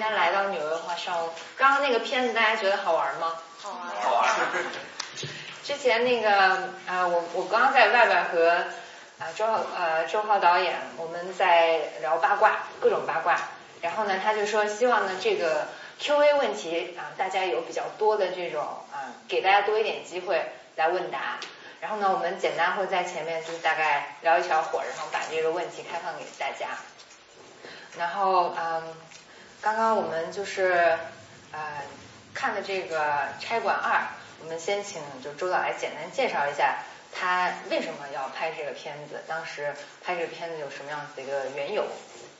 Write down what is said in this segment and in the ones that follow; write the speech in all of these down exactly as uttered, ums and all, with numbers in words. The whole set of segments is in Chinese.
家来到纽约文化商务。刚刚那个片子大家觉得好玩吗？ 好玩。 好玩。 之前那个啊、呃，我我刚刚在外边和啊、呃、周浩呃周浩导演我们在聊八卦，各种八卦。然后呢，他就说希望呢这个 Q A 问题啊、呃，大家有比较多的这种啊、呃，给大家多一点机会来问答。然后呢，我们简单会在前面就是大概聊一小会儿，然后把这个问题开放给大家。然后嗯，刚刚我们就是呃看的这个差馆二。我们先请就周导来简单介绍一下他为什么要拍这个片子，当时拍这个片子有什么样子的一个缘由。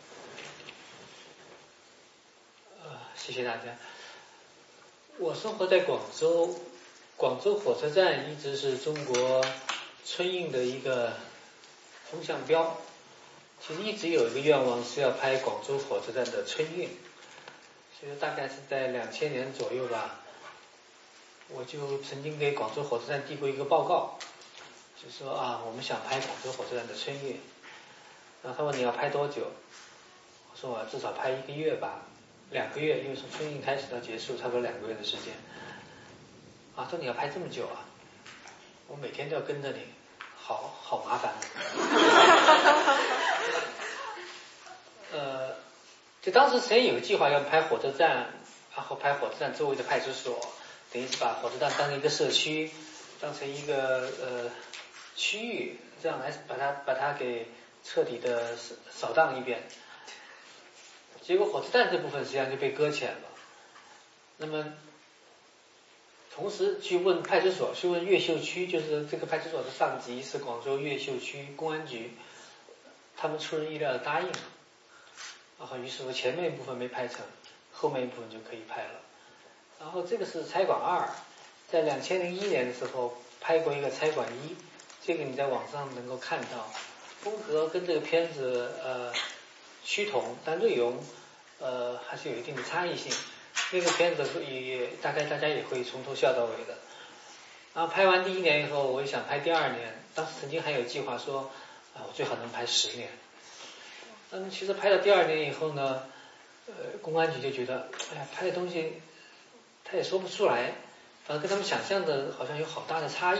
呃，谢谢大家。我生活在广州，广州火车站一直是中国春运的一个风向标。其实一直有一个愿望是要拍广州火车站的春运，所以大概是在两千年左右吧。我就曾经给广州火车站递过一个报告，就说啊，我们想拍广州火车站的春运。然后他问你要拍多久？我说我至少拍一个月吧，两个月，因为从春运开始到结束差不多两个月的时间。啊，说你要拍这么久啊？我每天都要跟着你，好好麻烦。呃，就当时实际有个计划要拍火车站，然后拍火车站周围的派出所。等于是把火车站当成一个社区，当成一个呃区域，这样来把它把它给彻底的扫荡一遍。结果火车站这部分实际上就被搁浅了。那么同时去问派出所，去问越秀区，就是这个派出所的上级是广州越秀区公安局，他们出人意料的答应了。然后于是乎前面一部分没拍成，后面一部分就可以拍了。然后这个是差馆二，在两千零一年的时候拍过一个差馆一，这个你在网上能够看到，风格跟这个片子呃趋同，但内容呃还是有一定的差异性。那个片子也大概大家也会从头笑到尾的。然后拍完第一年以后，我也想拍第二年，当时曾经还有计划说啊，我最好能拍十年。嗯，其实拍到第二年以后呢，呃，公安局就觉得，哎呀，拍的东西。他也说不出来，反正跟他们想象的好像有好大的差异。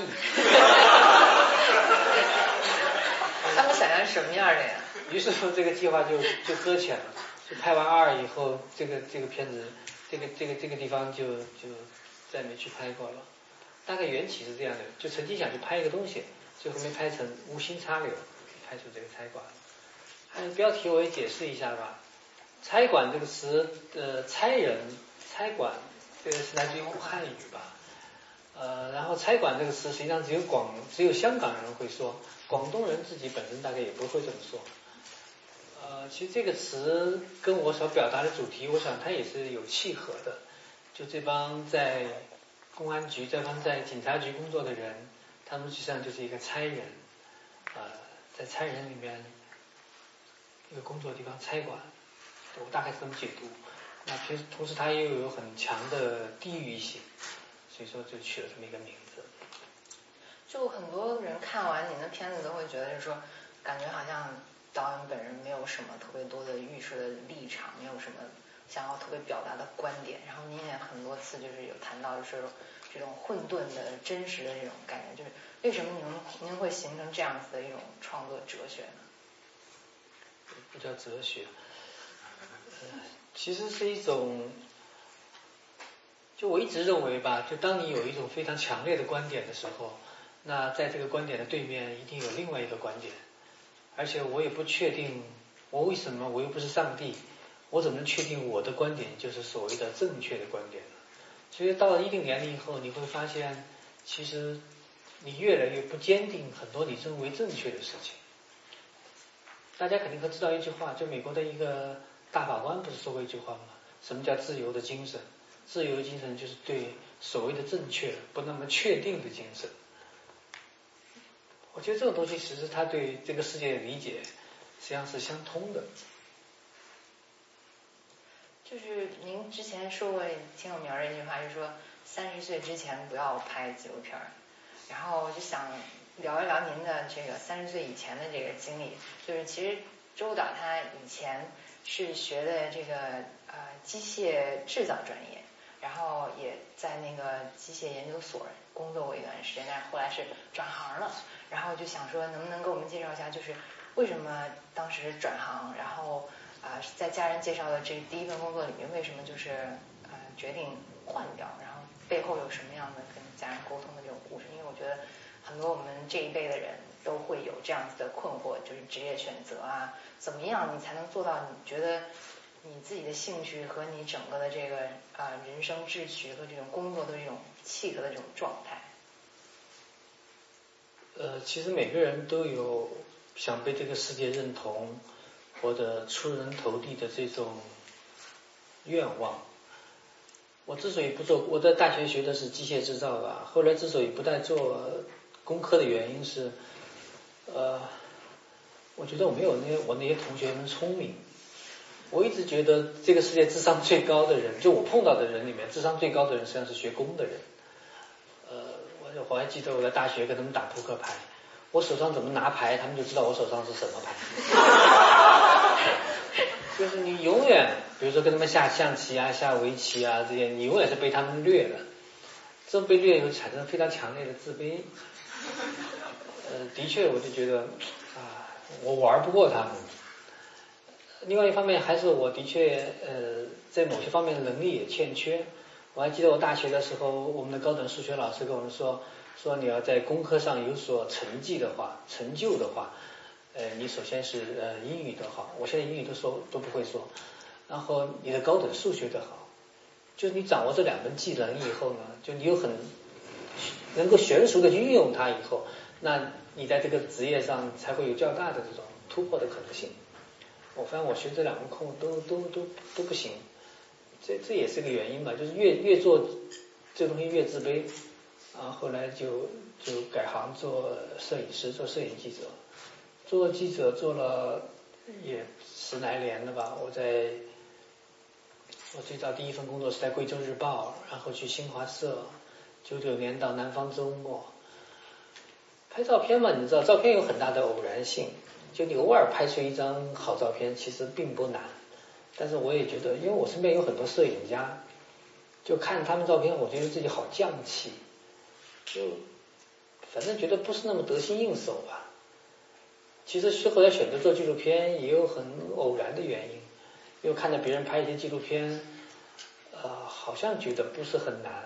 他们想象什么样的呀？ 于是乎这个计划就就搁浅了。就拍完二以后，这个这个片子，这个这个这个地方就就再没去拍过了。大概缘起是这样的，就曾经想去拍一个东西，最后没拍成，无心插柳，拍出这个差馆。还有标题我也解释一下吧。差馆这个词，呃，差人、差馆。这个是来自于汉语吧，呃，然后差馆这个词实际上只有广只有香港人会说，广东人自己本身大概也不会这么说。呃，其实这个词跟我所表达的主题，我想它也是有契合的。就这帮在公安局、这帮在警察局工作的人，他们实际上就是一个差人，呃，在差人里面一个工作的地方差馆，我大概是这么解读。那平时同时它又有很强的地域性，所以说就取了这么一个名字。 就很多人看完你的片子都会觉得，就是说，感觉好像导演本人没有什么特别多的预设的立场，没有什么想要特别表达的观点。然后您也很多次就是有谈到，就是这种混沌的真实的这种概念，就是为什么您您会形成这样子的一种创作哲学呢？ 不叫哲学。呃其实是一种，就我一直认为吧，就当你有一种非常强烈的观点的时候，那在这个观点的对面一定有另外一个观点，而且我也不确定我为什么，我又不是上帝，我怎么能确定我的观点就是所谓的正确的观点呢？所以到了一定年龄以后，你会发现其实你越来越不坚定很多你认为正确的事情。大家肯定会知道一句话，就美国的一个大法官不是说过一句话吗？什么叫自由的精神？自由的精神就是对所谓的正确不那么确定的精神。我觉得这种东西其实他对这个世界的理解实际上是相通的。 就是您之前说过挺有名的一句话，就是说三十岁之前不要拍纪录片。然后我就想聊一聊您的这个三十岁以前的这个经历。就是其实周导他以前是学的这个呃机械制造专业，然后也在那个机械研究所工作过一段时间，但是后来是转行了。然后就想说，能不能给我们介绍一下，就是为什么当时转行，然后啊、呃，在家人介绍的这第一份工作里面，为什么就是呃决定换掉，然后背后有什么样的跟家人沟通的这种故事？因为我觉得很多我们这一辈的人都会有这样子的困惑，就是职业选择啊，怎么样你才能做到你觉得你自己的兴趣和你整个的这个啊、呃、人生志趣和这种工作的这种契合的这种状态。 呃，其实每个人都有想被这个世界认同或者出人头地的这种愿望。我之所以不做，我在大学学的是机械制造吧，后来之所以不再做工科的原因是，呃，我觉得我没有那些我那些同学们聪明。我一直觉得这个世界智商最高的人，就我碰到的人里面，智商最高的人实际上是学工的人。呃，我我还记得我在大学跟他们打扑克牌，我手上怎么拿牌，他们就知道我手上是什么牌。就是你永远，比如说跟他们下象棋啊、下围棋啊这些，你永远是被他们掠的。这种被掠以后产生非常强烈的自卑。呃，的确，我就觉得啊，我玩不过他们。另外一方面，还是我的确呃，在某些方面的能力也欠缺。我还记得我大学的时候，我们的高等数学老师跟我们说，说你要在工科上有所成绩的话，成就的话，呃，你首先是呃英语的好，我现在英语都说都不会说，然后你的高等数学的好，就是你掌握这两门技能以后呢，就你有很能够娴熟的去运用它以后，那你在这个职业上才会有较大的这种突破的可能性。我发现我学这两门课都都都都不行，这这也是个原因吧，就是越越做这东西越自卑，啊，后来就就改行做摄影师，做摄影记者，做记者做了也十来年了吧。我在我最早第一份工作是在贵州日报，然后去新华社，九九年到南方周末。拍照片嘛，你知道照片有很大的偶然性，就你偶尔拍出一张好照片其实并不难。但是我也觉得，因为我身边有很多摄影家，就看他们照片，我觉得自己好匠气，就反正觉得不是那么得心应手吧。其实后来选择做纪录片也有很偶然的原因，因为看到别人拍一些纪录片，呃，好像觉得不是很难。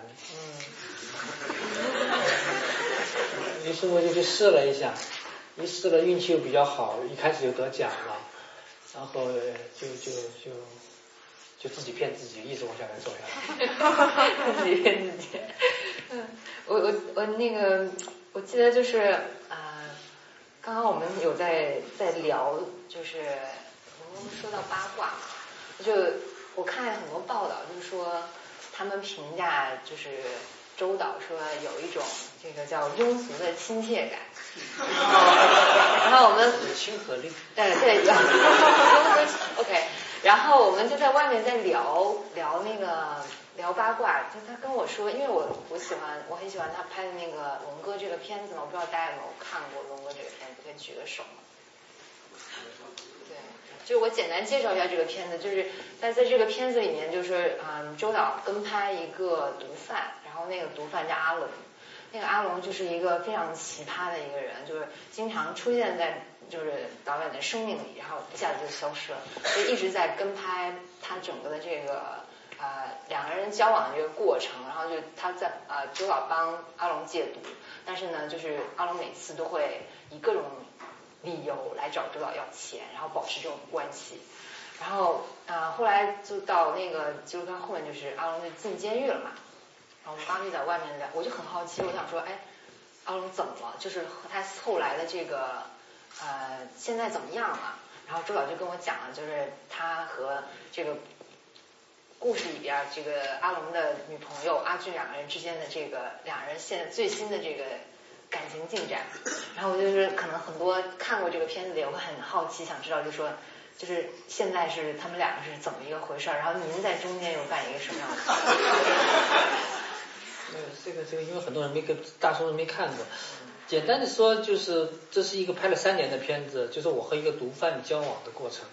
于是我就去试了一下，一试了运气又比较好，一开始就得奖了，然后就就就就自己骗自己，一直往下来做下来。 自己骗自己。嗯，我我我那个我记得就是啊、呃，刚刚我们有在在聊，就是我们说到八卦，就我看很多报道，就是说他们评价就是周导说有一种这个叫庸俗的亲切感，然后然后我们亲和力， 对对庸俗 OK， 然后我们就在外面在聊聊那个聊八卦，就他跟我说，因为我我喜欢我很喜欢他拍的那个龙哥这个片子嘛，我不知道大家有没有看过龙哥这个片子，可以举个手吗？对，就我简单介绍一下这个片子，就是在在这个片子里面，就是嗯，周导跟拍一个毒贩，然后那个毒贩叫阿龙，那个阿龙就是一个非常奇葩的一个人，就是经常出现在就是导演的生命里，然后一下子就消失了，就一直在跟拍他整个的这个呃两个人交往的这个过程，然后就他在呃周导帮阿龙戒毒，但是呢，就是阿龙每次都会以各种理由来找周导要钱，然后保持这种关系。然后啊、呃，后来就到那个纪录片后面，就是阿龙就进监狱了嘛。然后我们刚就在外面聊，我就很好奇，我想说，哎，阿龙怎么了？就是和他后来的这个呃，现在怎么样了？然后周导就跟我讲了，就是他和这个故事里边这个阿龙的女朋友阿俊两个人之间的这个两人现在最新的这个感情进展。然后我就是可能很多看过这个片子的，我会很好奇，想知道就是说，就是现在是他们两个是怎么一个回事？然后您在中间又扮演一个什么样的角色？ 呃，这个这个，因为很多人没跟大多数人没看过。简单的说，就是这是一个拍了三年的片子，就是我和一个毒贩交往的过程。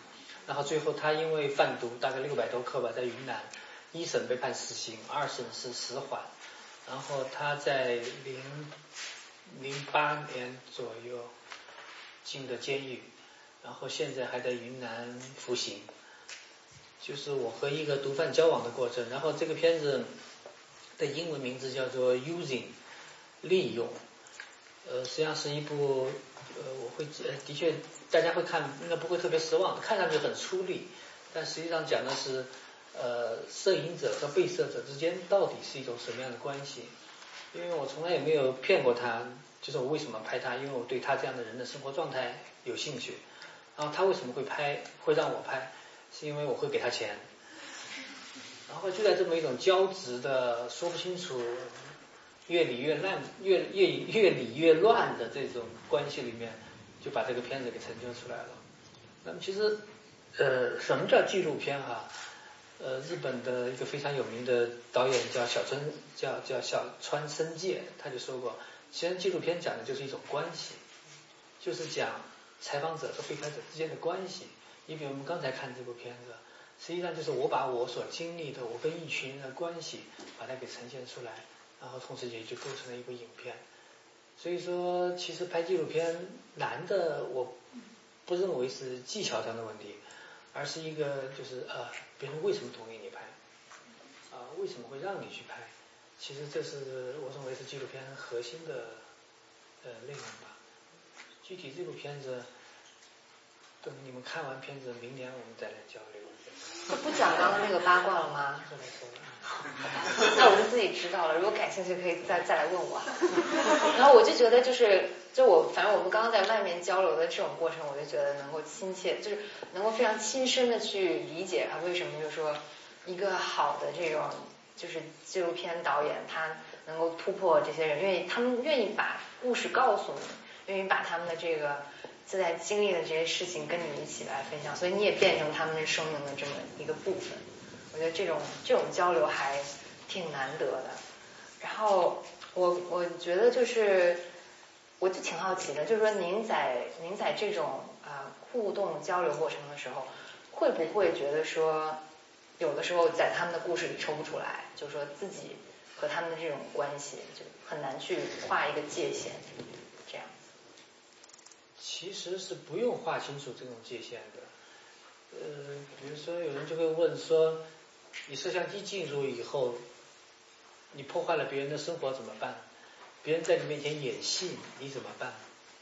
然后最后他因为贩毒大概六百多克吧，在云南，一审被判死刑，二审是死缓，然后他在零零八年左右进的监狱，然后现在还在云南服刑。就是我和一个毒贩交往的过程，然后这个片子的英文名字叫做 Using， 利用，呃，实际上是一部，呃，我会呃，的确大家会看，应该不会特别失望，看上去很粗粝，但实际上讲的是，呃，摄影者和被摄者之间到底是一种什么样的关系？因为我从来也没有骗过他，就是我为什么拍他，因为我对他这样的人的生活状态有兴趣，然后他为什么会拍，会让我拍？是因为我会给他钱，然后就在这么一种交织的说不清楚，越理越烂，越越越理越乱的这种关系里面，就把这个片子给成就出来了。那么其实，呃，什么叫纪录片哈？呃，日本的一个非常有名的导演叫小川，叫叫小川伸介，他就说过，其实纪录片讲的就是一种关系，就是讲采访者和被拍者之间的关系。你比如我们刚才看这部片子，实际上就是我把我所经历的，我跟一群人的关系，把它给呈现出来，然后同时也就构成了一部影片。所以说，其实拍纪录片难的，我不认为是技巧上的问题，而是一个就是呃，别人为什么同意你拍，啊、呃，为什么会让你去拍？其实这是我认为是纪录片核心的呃内容吧。具体这部片子。等你们看完片子，明年我们再来交流。 这不讲刚刚那个八卦了吗？ 说来说了。 那我就自己知道了，如果感兴趣可以再再来问我。然后我就觉得就是，就我反正我们刚刚在外面交流的这种过程，我就觉得能够亲切，就是能够非常亲身的去理解啊，为什么就是说一个好的这种就是纪录片导演他能够突破这些人，因为他们愿意把故事告诉你，愿意把他们的这个。自在经历的这些事情跟你们一起来分享，所以你也变成他们的生命的这么一个部分。我觉得这种这种交流还挺难得的。然后我我觉得就是，我就挺好奇的，就是说您在您在这种啊、呃、互动交流过程的时候，会不会觉得说，有的时候在他们的故事里抽不出来，就是说自己和他们的这种关系就很难去画一个界限，这样。 其实是不用划清楚这种界限的，呃，比如说有人就会问说，你摄像机进入以后，你破坏了别人的生活怎么办？别人在你面前演戏，你怎么办？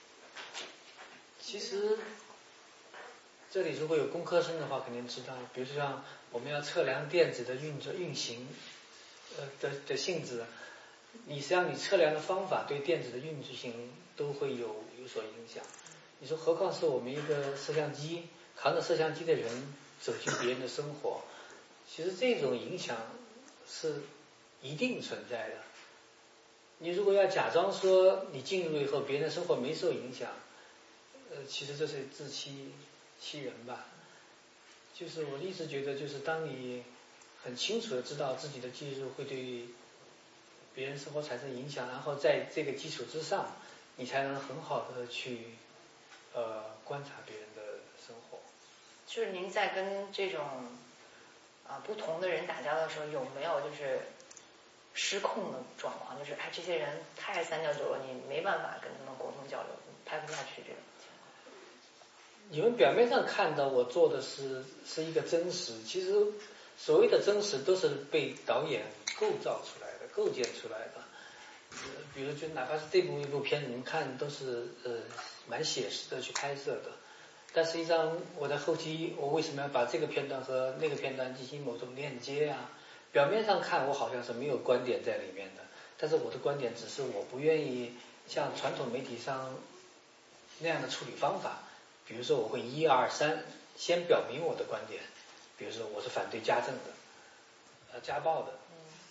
其实这里如果有工科生的话，肯定知道，比如说像我们要测量电子的运作运行，呃的的性质，你实际上你测量的方法对电子的运行都会有有所影响。你说何况是我们一个摄像机，扛着摄像机的人走进别人的生活，其实这种影响是一定存在的。你如果要假装说你进入以后别人的生活没受影响，呃，其实这是自欺欺人吧。就是我一直觉得，就是当你很清楚的知道自己的技术会对别人生活产生影响，然后在这个基础之上，你才能很好的去呃观察别人的生活。 就是您在跟这种啊不同的人打交道的时候，有没有就是失控的状况？就是哎，这些人太三教九流，你没办法跟他们沟通交流，拍不下去这种情况。 你们表面上看到我做的是是一个真实，其实所谓的真实都是被导演构造出来的、构建出来的。呃，比如就哪怕是这部一部片子，你们看都是呃蛮写实的去拍摄的。但实际上我在后期，我为什么要把这个片段和那个片段进行某种链接啊？表面上看我好像是没有观点在里面的，但是我的观点只是我不愿意像传统媒体上那样的处理方法。比如说我会一二三先表明我的观点，比如说我是反对家政的，呃家暴的，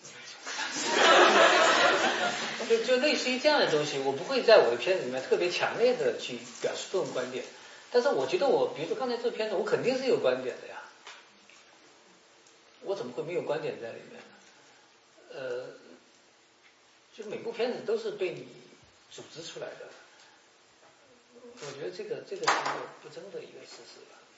就就类似于这样的东西，我不会在我的片子里面特别强烈的去表述这种观点。但是我觉得我，比如说刚才这个片子，我肯定是有观点的呀，我怎么会没有观点在里面呢？呃，就每部片子都是被你组织出来的，我觉得这个这个是一个不争的一个事实吧。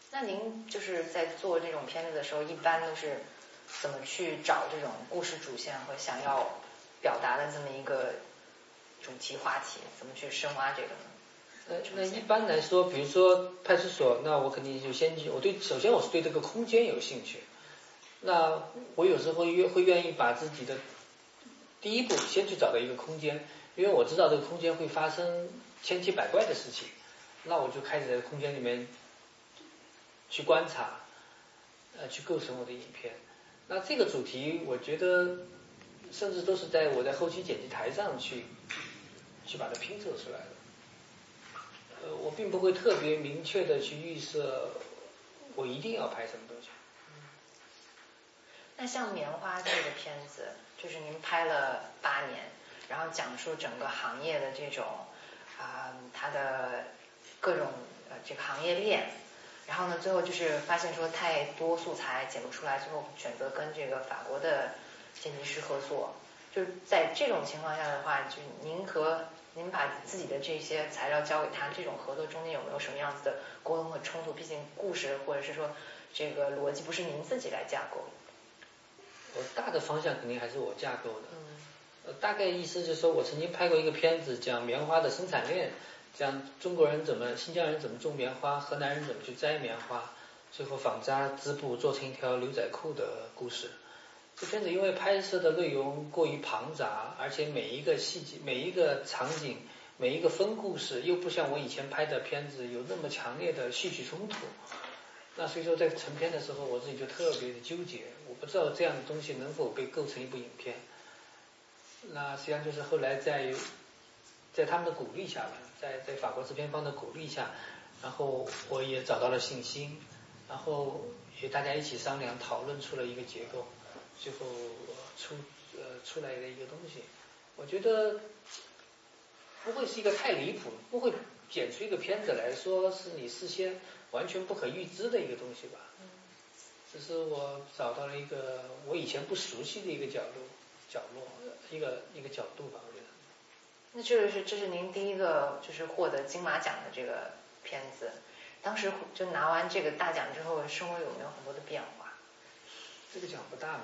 那您就是在做这种片子的时候，一般都是怎么去找这种故事主线和想要表达的这么一个主题话题，怎么去深挖这个呢？ 呃，那一般来说，比如说派出所，那我肯定就先去，我对首先我是对这个空间有兴趣。那我有时候会会愿意把自己的第一步先去找到一个空间，因为我知道这个空间会发生千奇百怪的事情，那我就开始在空间里面去观察，呃，去构成我的影片。那这个主题，我觉得甚至都是在我在后期剪辑台上去去把它拼凑出来的。呃，我并不会特别明确的去预设我一定要拍什么东西。 那像棉花这个片子，就是您拍了八年，然后讲述整个行业的这种啊、呃，它的各种呃这个行业链，然后呢，最后就是发现说太多素材剪不出来，最后选择跟这个法国的剪辑师合作。就是在这种情况下的话，就是您和您把自己的这些材料交给他，这种合作中间有没有什么样子的沟通和冲突？毕竟故事或者是说这个逻辑不是您自己来架构。 我大的方向肯定还是我架构的，呃，大概意思就是说我曾经拍过一个片子，讲棉花的生产链，讲中国人怎么、新疆人怎么种棉花，河南人怎么去摘棉花，最后纺纱织布做成一条牛仔裤的故事。这片子因为拍摄的内容过于庞杂，而且每一个细节、每一个场景、每一个分故事，又不像我以前拍的片子有那么强烈的戏剧冲突。那所以说在成片的时候，我自己就特别的纠结，我不知道这样的东西能否被构成一部影片。那实际上就是后来在在他们的鼓励下吧，在在法国制片方的鼓励下，然后我也找到了信心，然后也大家一起商量讨论出了一个结构，最后出呃出来的一个东西，我觉得不会是一个太离谱，不会剪出一个片子来说是你事先完全不可预知的一个东西吧。只是我找到了一个我以前不熟悉的一个角度角落一个一个角度吧，我觉得。 那这个是这是您第一个就是获得金马奖的这个片子，当时就拿完这个大奖之后，生活有没有很多的变化？ 这个奖不大嘛。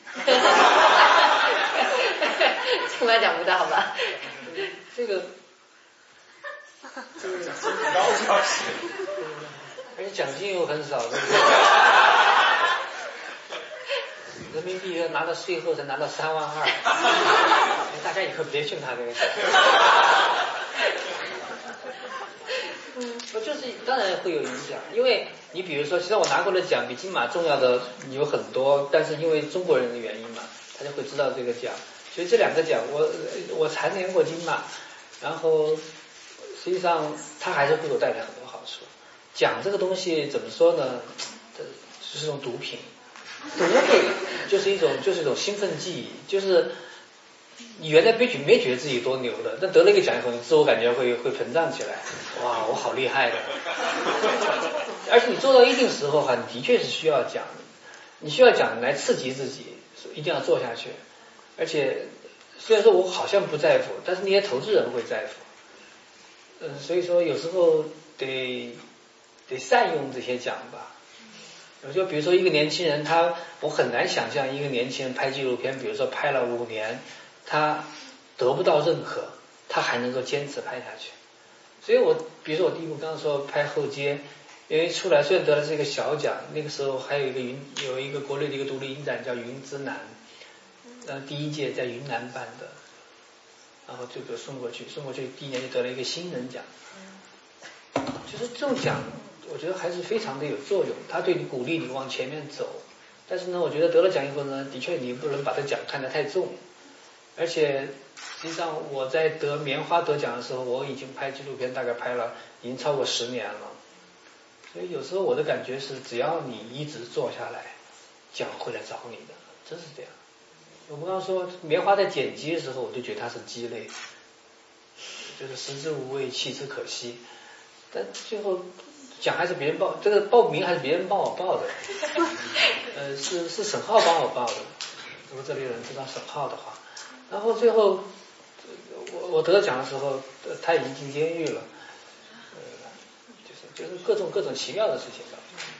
金马奖不大吧？ 这个这个金高小时， 而且奖金又很少，对不对？人民币要拿到税后才拿到三万二，大家以后别去拿这个奖。我就是当然会有影响，因为你比如说，其实我拿过的奖比金马重要的有很多，但是因为中国人的原因嘛，大家会知道这个奖。所以这两个奖，我我蝉联过金马，然后实际上它还是会有带来很多好处。奖这个东西怎么说呢？这是种毒品。毒品就是一种就是一种兴奋剂，就是你原来没觉没觉得自己多牛的，但得了一个奖以后，你自我感觉会会膨胀起来，哇，我好厉害的。而且你做到一定时候哈，你的确是需要奖，你需要奖来刺激自己，一定要做下去。而且虽然说我好像不在乎，但是那些投资人会在乎。嗯，所以说有时候得得善用这些奖吧。我就比如说一个年轻人，他我很难想象一个年轻人拍纪录片，比如说拍了五年，他得不到认可，他还能够坚持拍下去。所以我比如说我第一部刚刚说拍后街，因为出来虽然得了这个小奖，那个时候还有一个云有一个国内的一个独立影展叫云之南，呃第一届在云南办的，然后这个送过去，送过去第一年就得了一个新人奖。就是这种奖我觉得还是非常的有作用，它对你鼓励你往前面走。但是呢，我觉得得了奖以后呢，的确你不能把这奖看得太重。而且实际上我在得棉花得奖的时候，我已经拍纪录片大概拍了已经超过十年了。所以有时候我的感觉是，只要你一直做下来，奖会来找你的，真是这样。我们刚刚说棉花在剪辑的时候，我就觉得它是鸡肋，就是食之无味，弃之可惜。但最后奖还是别人报，这个报名还是别人帮我报的，呃，是是沈浩帮我报的，如果这里有人知道沈浩的话。然后最后我我得奖的时候，他已经进监狱了，呃，就是就是各种各种奇妙的事情吧。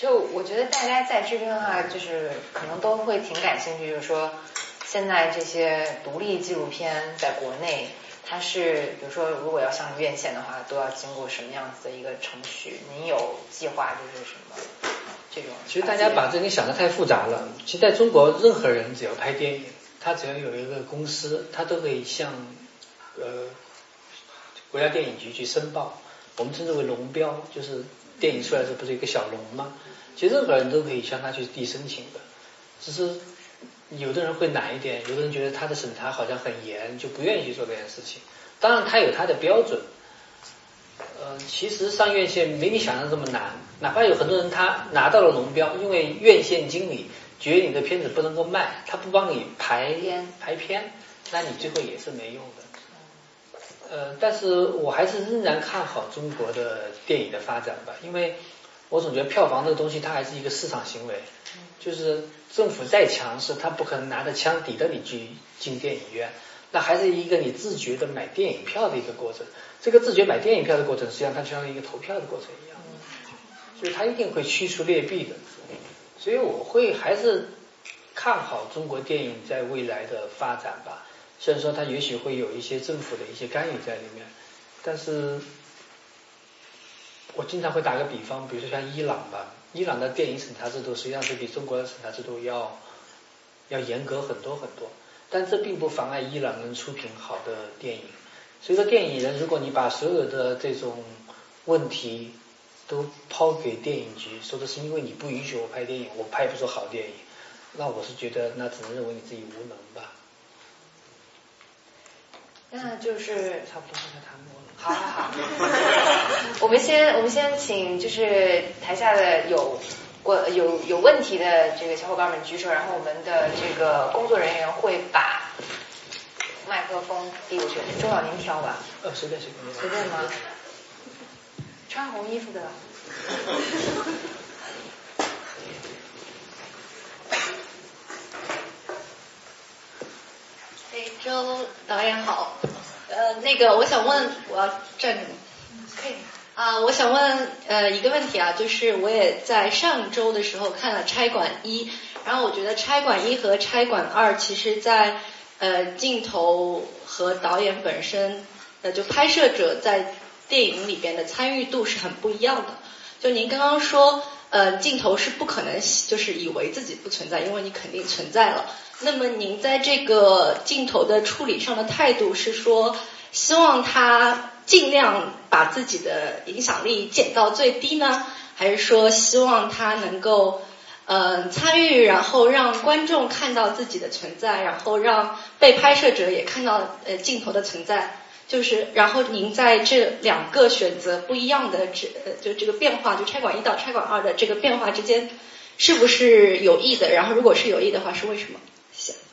就我觉得大家在这边的话，就是可能都会挺感兴趣，就是说现在这些独立纪录片在国内，它是比如说如果要上院线的话，都要经过什么样子的一个程序？您有计划就是什么这种？ 其实大家把这个想得太复杂了。其实在中国，任何人只要拍电影，他只要有一个公司，他都可以向呃国家电影局去申报，我们称之为龙标，就是电影出来的时候不是有一个小龙吗？其实任何人都可以向他去递申请的，只是有的人会懒一点，有的人觉得他的审查好像很严，就不愿意去做这件事情。当然他有他的标准，呃，其实上院线没你想象这么难，哪怕有很多人他拿到了龙标，因为院线经理觉得你的片子不能够卖，他不帮你排排片，那你最后也是没用的。呃，但是我还是仍然看好中国的电影的发展吧，因为我总觉得票房这个东西它还是一个市场行为，就是政府再强势，他不可能拿着枪抵着你去进电影院，那还是一个你自觉的买电影票的一个过程。这个自觉买电影票的过程，实际上它就像一个投票的过程一样，所以它一定会驱除劣币的。所以我会还是看好中国电影在未来的发展吧。虽然说它也许会有一些政府的一些干预在里面，但是我经常会打个比方，比如说像伊朗吧，伊朗的电影审查制度实际上是比中国的审查制度要要严格很多很多，但这并不妨碍伊朗能出品好的电影。所以说电影人，如果你把所有的这种问题都抛给电影局，说的是因为你不允许我拍电影，我拍不出好电影，那我是觉得那只能认为你自己无能吧。 那就是差不多是他们了。 好好好，我们先我们先请就是台下的有过有有问题的这个小伙伴们举手，然后我们的这个工作人员会把麦克风递过去。周老您挑吧。 呃，随便随便。 随便吗？穿红衣服的。 哎，周导演好。呃，那个我想问，我要站着吗？ 可以。 啊、呃，我想问呃一个问题啊，就是我也在上周的时候看了《差馆一》，然后我觉得《差馆一》和《差馆二》其实在呃镜头和导演本身，呃就拍摄者在电影里边的参与度是很不一样的。就您刚刚说，呃镜头是不可能就是以为自己不存在，因为你肯定存在了。那么您在这个镜头的处理上的态度是说，希望他尽量把自己的影响力减到最低呢，还是说希望他能够呃参与，然后让观众看到自己的存在，然后让被拍摄者也看到呃镜头的存在？就是然后您在这两个选择不一样的这呃就这个变化，就差馆一到差馆二的这个变化之间，是不是有意的？然后如果是有意的话，是为什么？谢谢。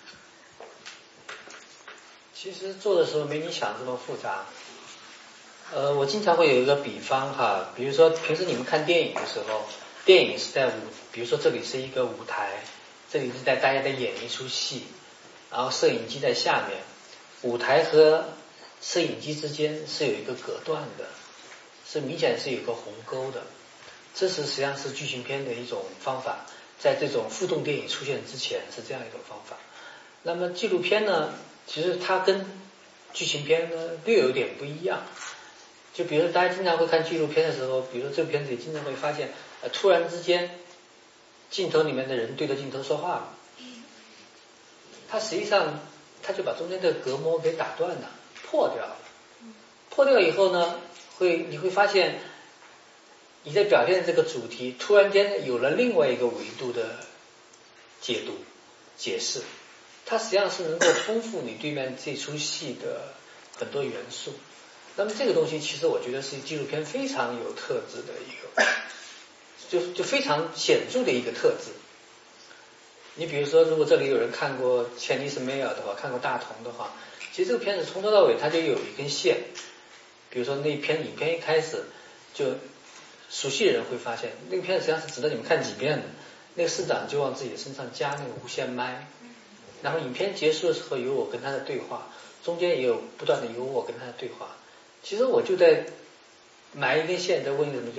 其实做的时候没你想这么复杂。呃，我经常会有一个比方哈，比如说平时你们看电影的时候，电影是在舞，比如说这里是一个舞台，这里是在大家在演一出戏，然后摄影机在下面，舞台和摄影机之间是有一个隔断的，是明显是有个鸿沟的。这是实际上是剧情片的一种方法，在这种互动电影出现之前是这样一种方法。那么纪录片呢，其实它跟剧情片呢略有点不一样。就比如大家经常会看纪录片的时候，比如说这部片子里经常会发现，呃，突然之间镜头里面的人对着镜头说话了，它实际上它就把中间的隔膜给打断了，破掉了。破掉以后呢，会你会发现你在表现这个主题突然间有了另外一个维度的解读解释，它实际上是能够丰富你对面这出戏的很多元素。那么这个东西其实我觉得是纪录片非常有特质的一个，就就非常显著的一个特质。你比如说，如果这里有人看过《钱尼斯梅尔》的话，看过《大同》的话，其实这个片子从头到尾它就有一根线。比如说那篇影片一开始，就熟悉的人会发现，那个片子实际上是值得你们看几遍的。那个市长就往自己的身上加那个无线麦，然后影片结束的时候有我跟他的对话，中间也有不断的有我跟他的对话。其实我就在埋一根线，在问一个什么，就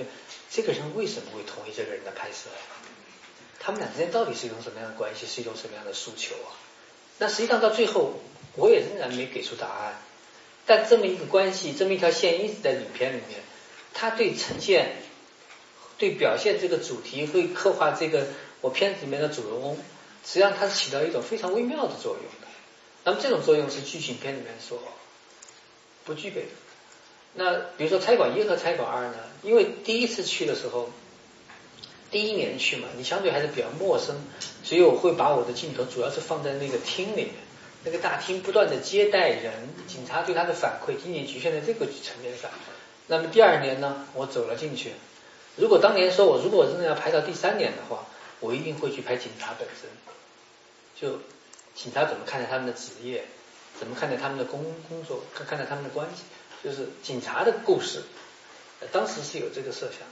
这个人为什么会同意这个人的拍摄？他们俩之间到底是一种什么样的关系，是一种什么样的诉求啊？那实际上到最后，我也仍然没给出答案。但这么一个关系，这么一条线一直在影片里面，它对呈现、对表现这个主题，会刻画这个我片子里面的主人公，实际上它是起到一种非常微妙的作用的。那么这种作用是剧情片里面所不具备的。那比如说差馆一和差馆二呢，因为第一次去的时候，第一年去嘛，你相对还是比较陌生，所以我会把我的镜头主要是放在那个厅里面，那个大厅不断的接待人，警察对他的反馈仅仅局限在这个层面上。那么第二年呢，我走了进去。如果当年说我如果真的要拍到第三年的话，我一定会去拍警察本身，就警察怎么看待他们的职业，怎么看待他们的工工作，看待他们的关系，就是警察的故事。当时是有这个设想。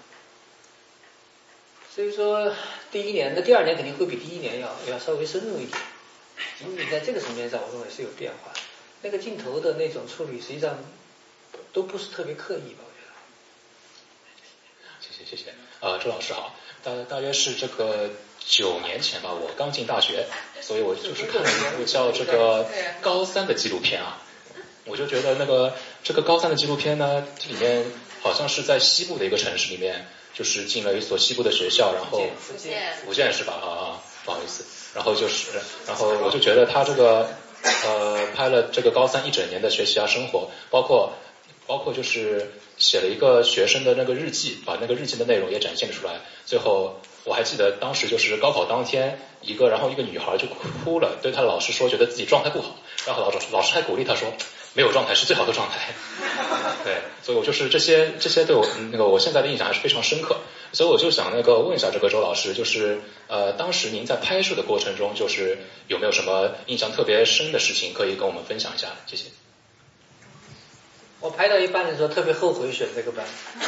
所以说第一年，那第二年肯定会比第一年要要稍微深入一点，仅仅在这个层面上，我认为是有变化。那个镜头的那种处理，实际上都不是特别刻意吧，我觉得。 谢谢谢谢，呃，周老师好，大大约是这个九年前吧，我刚进大学，所以我就是看了一部叫这个高三的纪录片啊，我就觉得那个这个高三的纪录片呢，这里面好像是在西部的一个城市里面。就是进了一所西部的学校，然后福建福建是吧？啊啊，不好意思。然后就是，然后我就觉得他这个呃拍了这个高三一整年的学习啊生活，包括包括就是写了一个学生的那个日记，把那个日记的内容也展现出来。最后我还记得当时就是高考当天，一个然后一个女孩就哭了，对她的老师说觉得自己状态不好，然后老师老师还鼓励她说没有状态是最好的状态。对，所以我就是这些这些对我那个我现在的印象还是非常深刻，所以我就想那个问一下这个周老师，就是呃当时您在拍摄的过程中，就是有没有什么印象特别深的事情可以跟我们分享一下？谢谢。 我拍到一半的时候特别后悔选这个班，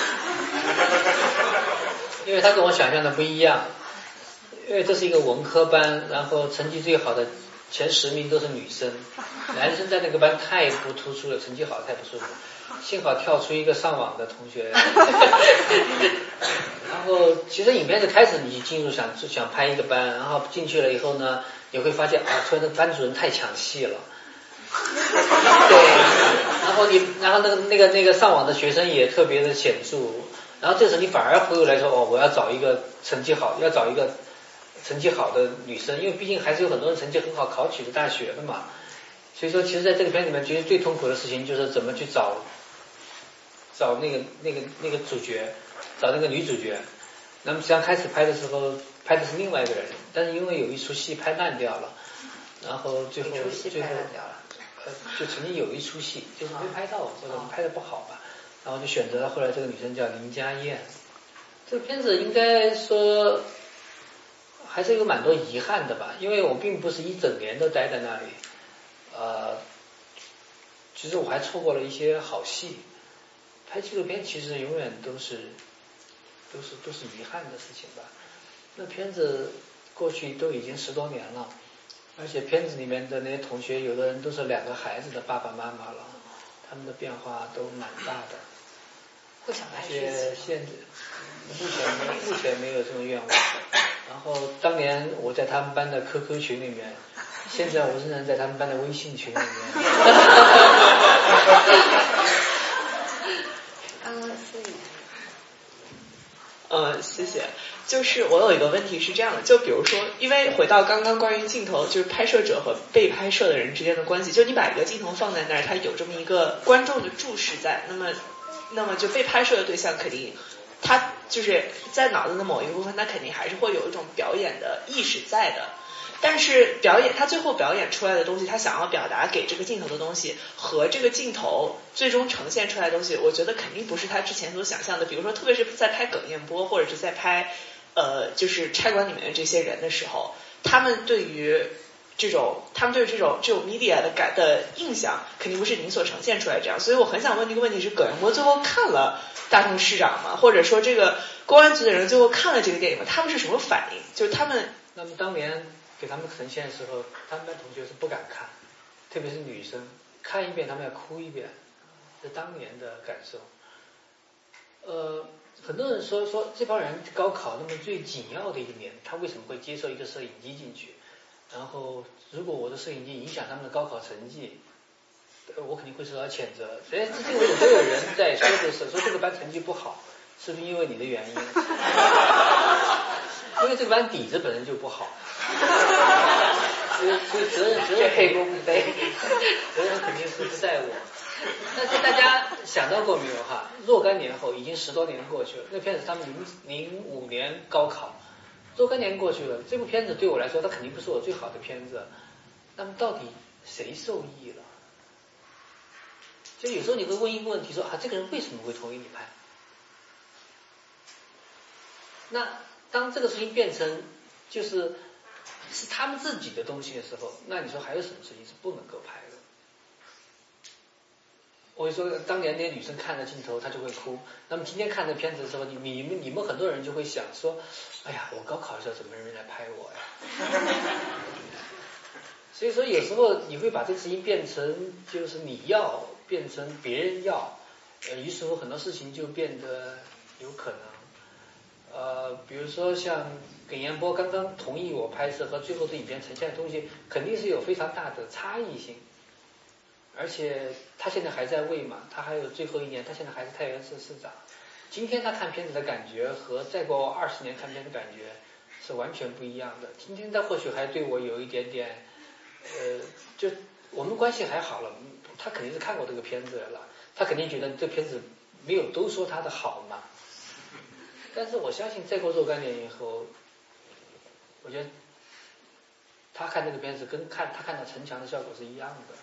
因为他跟我想象的不一样，因为这是一个文科班，然后成绩最好的前十名都是女生，男生在那个班太不突出了，成绩好的太不突出了。幸好跳出一个上网的同学，然后其实影片的开始你进入想想拍一个班，然后进去了以后呢，你会发现啊，突然的班主任太抢戏了，对，然后你然后那个那个那个上网的学生也特别的显著，然后这时候你反而回过来说哦，我要找一个成绩好，要找一个成绩好的女生，因为毕竟还是有很多人成绩很好考取的大学的嘛，所以说其实在这个片里面其实最痛苦的事情就是怎么去找找那个那个那个主角，找那个女主角。那么实际上开始拍的时候拍的是另外一个人，但是因为有一出戏拍烂掉了，然后最后一出戏最后拍烂掉了， 呃就曾经有一出戏就是没拍到或者拍的不好吧，然后就选择了后来这个女生叫林家燕。这个片子应该说还是有蛮多遗憾的吧，因为我并不是一整年都待在那里，呃，其实我还错过了一些好戏。拍纪录片其实永远都是都是都是遗憾的事情吧。那片子过去都已经十多年了，而且片子里面的那些同学，有的人都是两个孩子的爸爸妈妈了，他们的变化都蛮大的。 不想而拍且现在目前没目前没有这种愿望。然后当年我在他们班的 Q Q 群里面，现在我仍然在他们班的微信群里面。 嗯，思雨。 嗯，谢谢。就是我有一个问题是这样的，就比如说，因为回到刚刚关于镜头，就是拍摄者和被拍摄的人之间的关系，就你把一个镜头放在那儿，它有这么一个观众的注视在，那么，那么就被拍摄的对象肯定，他就是在脑子的某一部分，他肯定还是会有一种表演的意识在的。但是表演，他最后表演出来的东西，他想要表达给这个镜头的东西，和这个镜头最终呈现出来的东西，我觉得肯定不是他之前所想象的。比如说，特别是在拍耿彦波，或者是在拍呃，就是差馆里面的这些人的时候，他们对于这种，他们对于这种这种 media 的感的印象，肯定不是您所呈现出来这样。所以我很想问这个问题是：耿彦波最后看了大同市长吗？或者说，这个公安局的人最后看了这个电影吗？他们是什么反应？就是他们， 那么当年给他们呈现的时候，他们班同学是不敢看，特别是女生，看一遍他们要哭一遍，是当年的感受。呃， 很多人说说这帮人高考那么最紧要的一年，他为什么会接受一个摄影机进去？然后如果我的摄影机影响他们的高考成绩，我肯定会受到谴责。所以至今为止都有人在说这事，说这个班成绩不好，是不是因为你的原因？因为这个班底子本身就不好。所以所以责任责任黑锅不背， 责任肯定是不在我。但是大家想到过没有哈？若干年后，已经十多年过去了，那片子他们零零五年高考，若干年过去了，这部片子对我来说，它肯定不是我最好的片子。那么到底谁受益了？就有时候你会问一个问题说啊，这个人为什么会同意你拍？那当这个事情变成就是是他们自己的东西的时候，那你说还有什么事情是不能够拍的？我会说，当年那些女生看了镜头，她就会哭。那么今天看这片子的时候，你你们你们很多人就会想说，哎呀，我高考的时候怎么没人来拍我呀？所以说有时候你会把这个事情变成就是你要变成别人要，呃，于是乎很多事情就变得有可能。呃，比如说像耿彦波刚刚同意我拍摄和最后的影片呈现的东西，肯定是有非常大的差异性。而且他现在还在位嘛，他还有最后一年，他现在还是太原市市长。今天他看片子的感觉和再过二十年看片的感觉是完全不一样的。今天他或许还对我有一点点，呃，就我们关系还好了，他肯定是看过这个片子了，他肯定觉得这片子没有都说他的好嘛。但是我相信再过若干年以后，我觉得他看这个片子跟看他看到城墙的效果是一样的。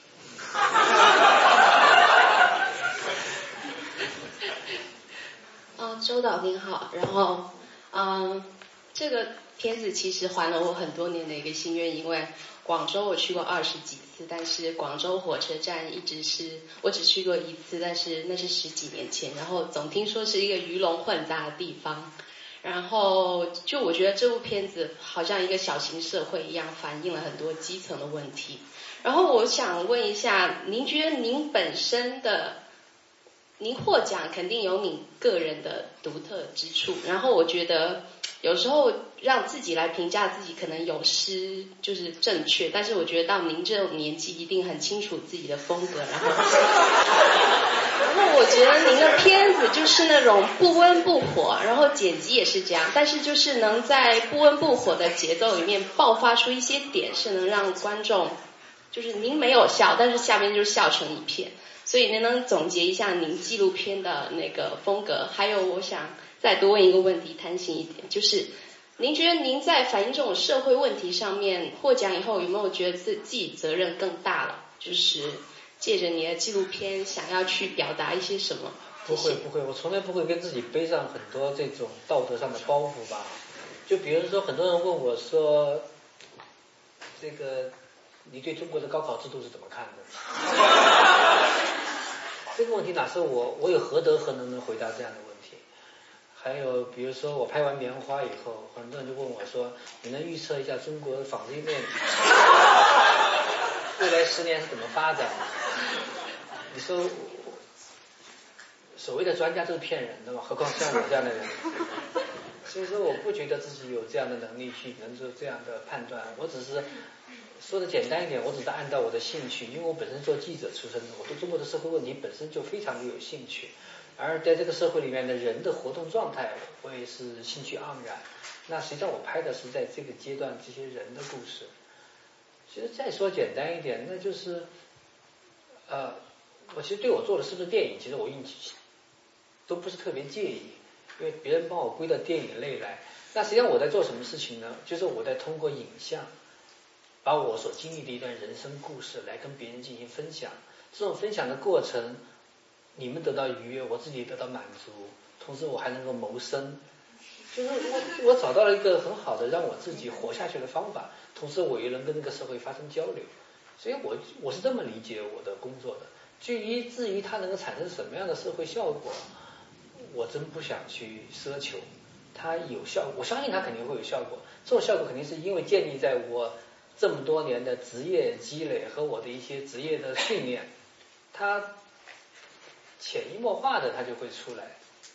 嗯，周导您好，然后嗯，这个片子其实还了我很多年的一个心愿，因为广州我去过二十几次，但是广州火车站一直是我只去过一次，但是那是十几年前，然后总听说是一个鱼龙混杂的地方，然后就我觉得这部片子好像一个小型社会一样，反映了很多基层的问题。然后我想问一下，您觉得您本身的，您获奖肯定有你个人的独特之处，然后我觉得有时候让自己来评价自己可能有失就是正确，但是我觉得到您这种年纪一定很清楚自己的风格，然后然后我觉得您的片子就是那种不温不火，然后剪辑也是这样，但是就是能在不温不火的节奏里面爆发出一些点，是能让观众就是您没有笑，但是下面就是笑成一片。所以您能总结一下您纪录片的那个风格？还有我想再多问一个问题，贪心一点，就是您觉得您在反映这种社会问题上面获奖以后，有没有觉得自自己责任更大了？就是借着你的纪录片想要去表达一些什么？ 不会不会，我从来不会跟自己背上很多这种道德上的包袱吧。就比如说很多人问我说，这个你对中国的高考制度是怎么看的？这个问题哪是我我有何德何能能回答这样的问题？还有比如说我拍完棉花以后，很多人就问我说，你能预测一下中国纺织业未来十年是怎么发展的？你说所谓的专家都是骗人的嘛，何况像我这样的人。所以说我不觉得自己有这样的能力去能做这样的判断，我只是说的简单一点，我只是按照我的兴趣，因为我本身做记者出身的，我对中国的社会问题本身就非常的有兴趣，而在这个社会里面的人的活动状态，我也是兴趣盎然。那实际上我拍的是在这个阶段这些人的故事。其实再说简单一点，那就是呃，我其实对我做的是不是电影，其实我运气都不是特别介意，因为别人帮我归到电影类来。那实际上我在做什么事情呢？就是我在通过影像把我所经历的一段人生故事来跟别人进行分享，这种分享的过程，你们得到愉悦，我自己得到满足，同时我还能够谋生，就是我我找到了一个很好的让我自己活下去的方法，同时我又能跟这个社会发生交流，所以我我是这么理解我的工作的。至于至于它能够产生什么样的社会效果，我真不想去奢求。它有效，我相信它肯定会有效果。这种效果肯定是因为建立在我这么多年的职业积累和我的一些职业的训练，它潜移默化的它就会出来。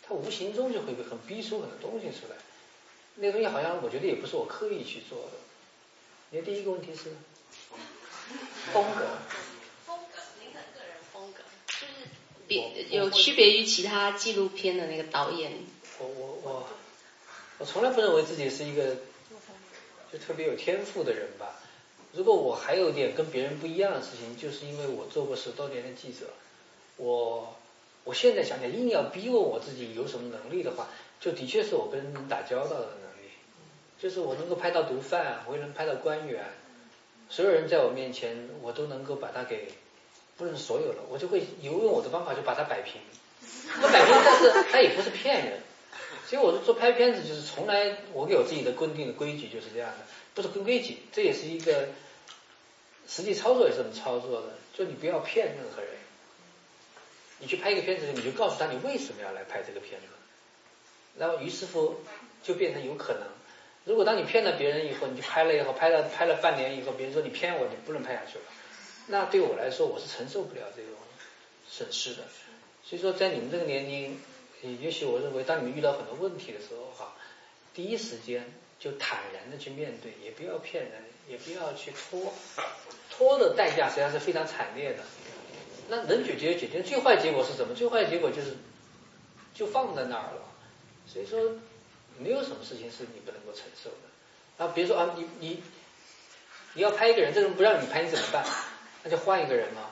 它无形中就会很逼出很多东西出来。那个东西好像我觉得也不是我刻意去做的。你的第一个问题是风格。 风格，您的个人风格就是别有区别于其他纪录片的那个导演。 我我我我从来不认为自己是一个就特别有天赋的人吧。如果我还有一点跟别人不一样的事情，就是因为我做过十多年的记者，我我现在想想，硬要逼问我自己有什么能力的话，就的确是我跟人打交道的能力，就是我能够拍到毒贩，我也能拍到官员，所有人在我面前，我都能够把他给，不是所有了，我就会用我的方法就把他摆平。我摆平，但是他也不是骗人。所以我做拍片子就是从来我给我自己的规定的规矩就是这样的，不是规规矩，这也是一个实际操作也是这么操作的，就你不要骗任何人。你去拍一个片子，你就告诉他你为什么要来拍这个片子，然后于是乎就变成有可能。如果当你骗了别人以后，你就拍了以后，拍了拍了半年以后，别人说你骗我，你不能拍下去了，那对我来说我是承受不了这种损失的。所以说在你们这个年龄，也许我认为当你们遇到很多问题的时候哈，第一时间就坦然的去面对，也不要骗人，也不要去拖，拖的代价实际上是非常惨烈的。那能解决解决，最坏结果是什么？最坏结果就是就放在那儿了。所以说没有什么事情是你不能够承受的。然后比如说啊，你你你要拍一个人，这个人不让你拍，你怎么办？那就换一个人嘛。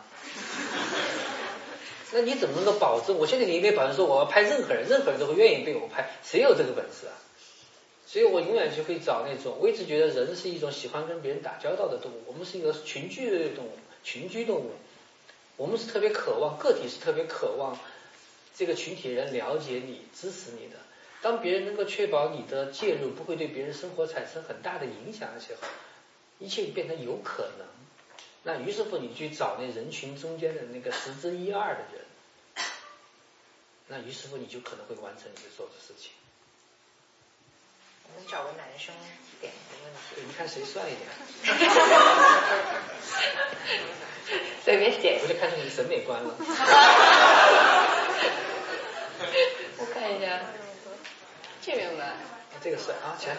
那你怎么能够保证？我现在你也没保证说我要拍任何人，任何人都会愿意被我拍，谁有这个本事啊？所以我永远就会找那种，我一直觉得人是一种喜欢跟别人打交道的动物，我们是一个群居的动物，群居动物，我们是特别渴望，个体是特别渴望这个群体人了解你、支持你的。当别人能够确保你的介入不会对别人生活产生很大的影响的时候，一切变成有可能。那于是乎你去找那人群中间的那个十之一二的人，那于是乎你就可能会完成你的做的事情。 我们找个男生点没问题。 对，你看谁帅一点？ 随便点。 我就看出你的审美观了。 我看一下，这边吧。 这个是啊，起来。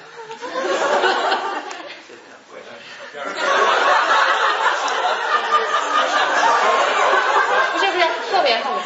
不是不是，后面后面。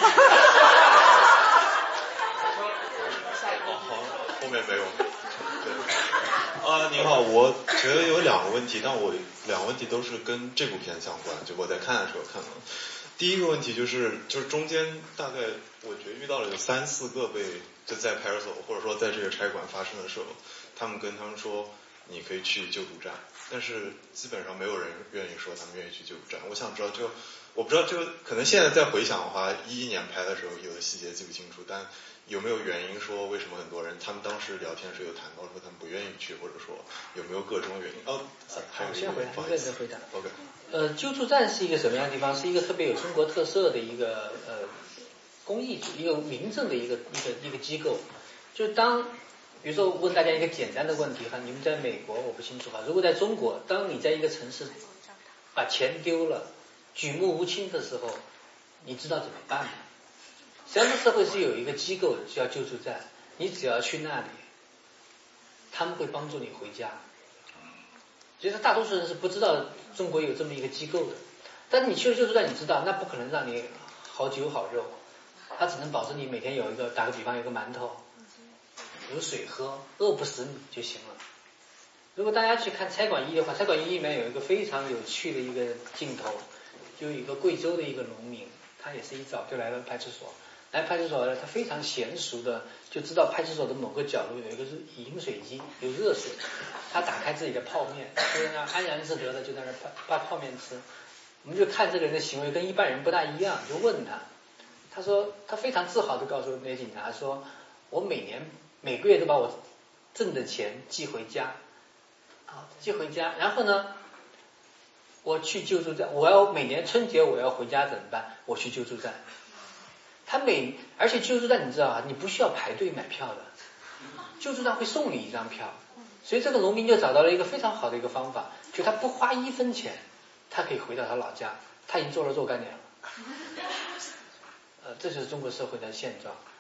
好，后面没有。对，啊，您好，我觉得有两个问题，但我两个问题都是跟这部片相关，就我在看的时候看到。第一个问题就是，就是中间大概我觉得遇到了有三四个被就在派出所或者说在这个差馆发生的时候，他们跟他们说你可以去救助站，但是基本上没有人愿意说他们愿意去救助站。我想知道就，我不知道就可能现在再回想的话，一一年拍的时候有的细节记不清楚，但有没有原因说为什么很多人他们当时聊天时有谈到说他们不愿意去，或者说有没有各种原因？哦，还有一个先回答，一个人回答。 OK。 呃，救助站是一个什么样的地方？是一个特别有中国特色的一个呃公益一个民政的一个一个一个机构。就当比如说问大家一个简单的问题哈，你们在美国我不清楚哈，如果在中国，当你在一个城市把钱丢了、举目无亲的时候，你知道怎么办吗？实际上，社会是有一个机构叫救助站，你只要去那里，他们会帮助你回家。其实大多数人是不知道中国有这么一个机构的，但是你去了救助站，你知道那不可能让你好酒好肉，他只能保证你每天有一个，打个比方，有个馒头，有水喝，饿不死你就行了。如果大家去看差馆一的话，差馆一里面有一个非常有趣的一个镜头，就有一个贵州的一个农民，他也是一早就来了派出所。来派出所呢，他非常娴熟的就知道派出所的某个角落有一个是饮水机，有热水，他打开自己的泡面，就在那安然自得的就在那把把泡面吃。我们就看这个人的行为跟一般人不大一样，就问他，他说他非常自豪的告诉那些警察说，我每年每个月都把我挣的钱寄回家，啊，寄回家，然后呢，我去救助站，我要每年春节我要回家怎么办？我去救助站。他每而且救助站你知道啊，你不需要排队买票的，救助站会送你一张票，所以这个农民就找到了一个非常好的一个方法，就他不花一分钱，他可以回到他老家，他已经做了若干年了。呃，这就是中国社会的现状。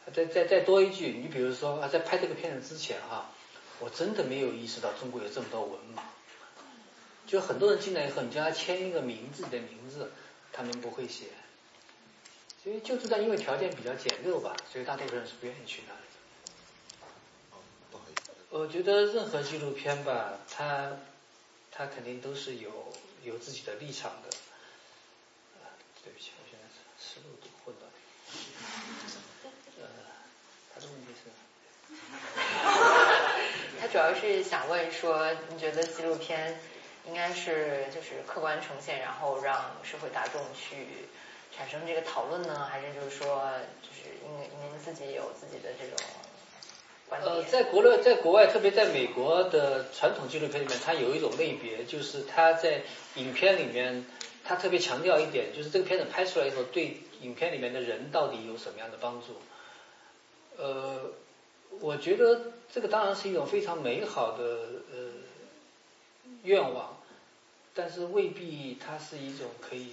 再再再多一句，你比如说啊，在拍这个片子之前哈，我真的没有意识到中国有这么多文盲。就很多人进来以后，你叫他签一个名字，你的名字，他们不会写。所以就知道因为条件比较简陋吧，所以大多数人是不愿意去那里的。 不好意思。 我觉得任何纪录片吧，它它肯定都是有有自己的立场的。啊，对不起，我现在思路都混乱。呃，他的问题是， 他主要是想问说，你觉得纪录片应该是就是客观呈现，然后让社会大众去产生这个讨论呢，还是就是说，就是因为您自己有自己的这种观点？ 呃，在国内，在国外，特别在美国的传统纪录片里面，它有一种类别，就是它在影片里面，它特别强调一点，就是这个片子拍出来以后，对影片里面的人到底有什么样的帮助？呃，我觉得这个当然是一种非常美好的呃愿望，但是未必它是一种可以。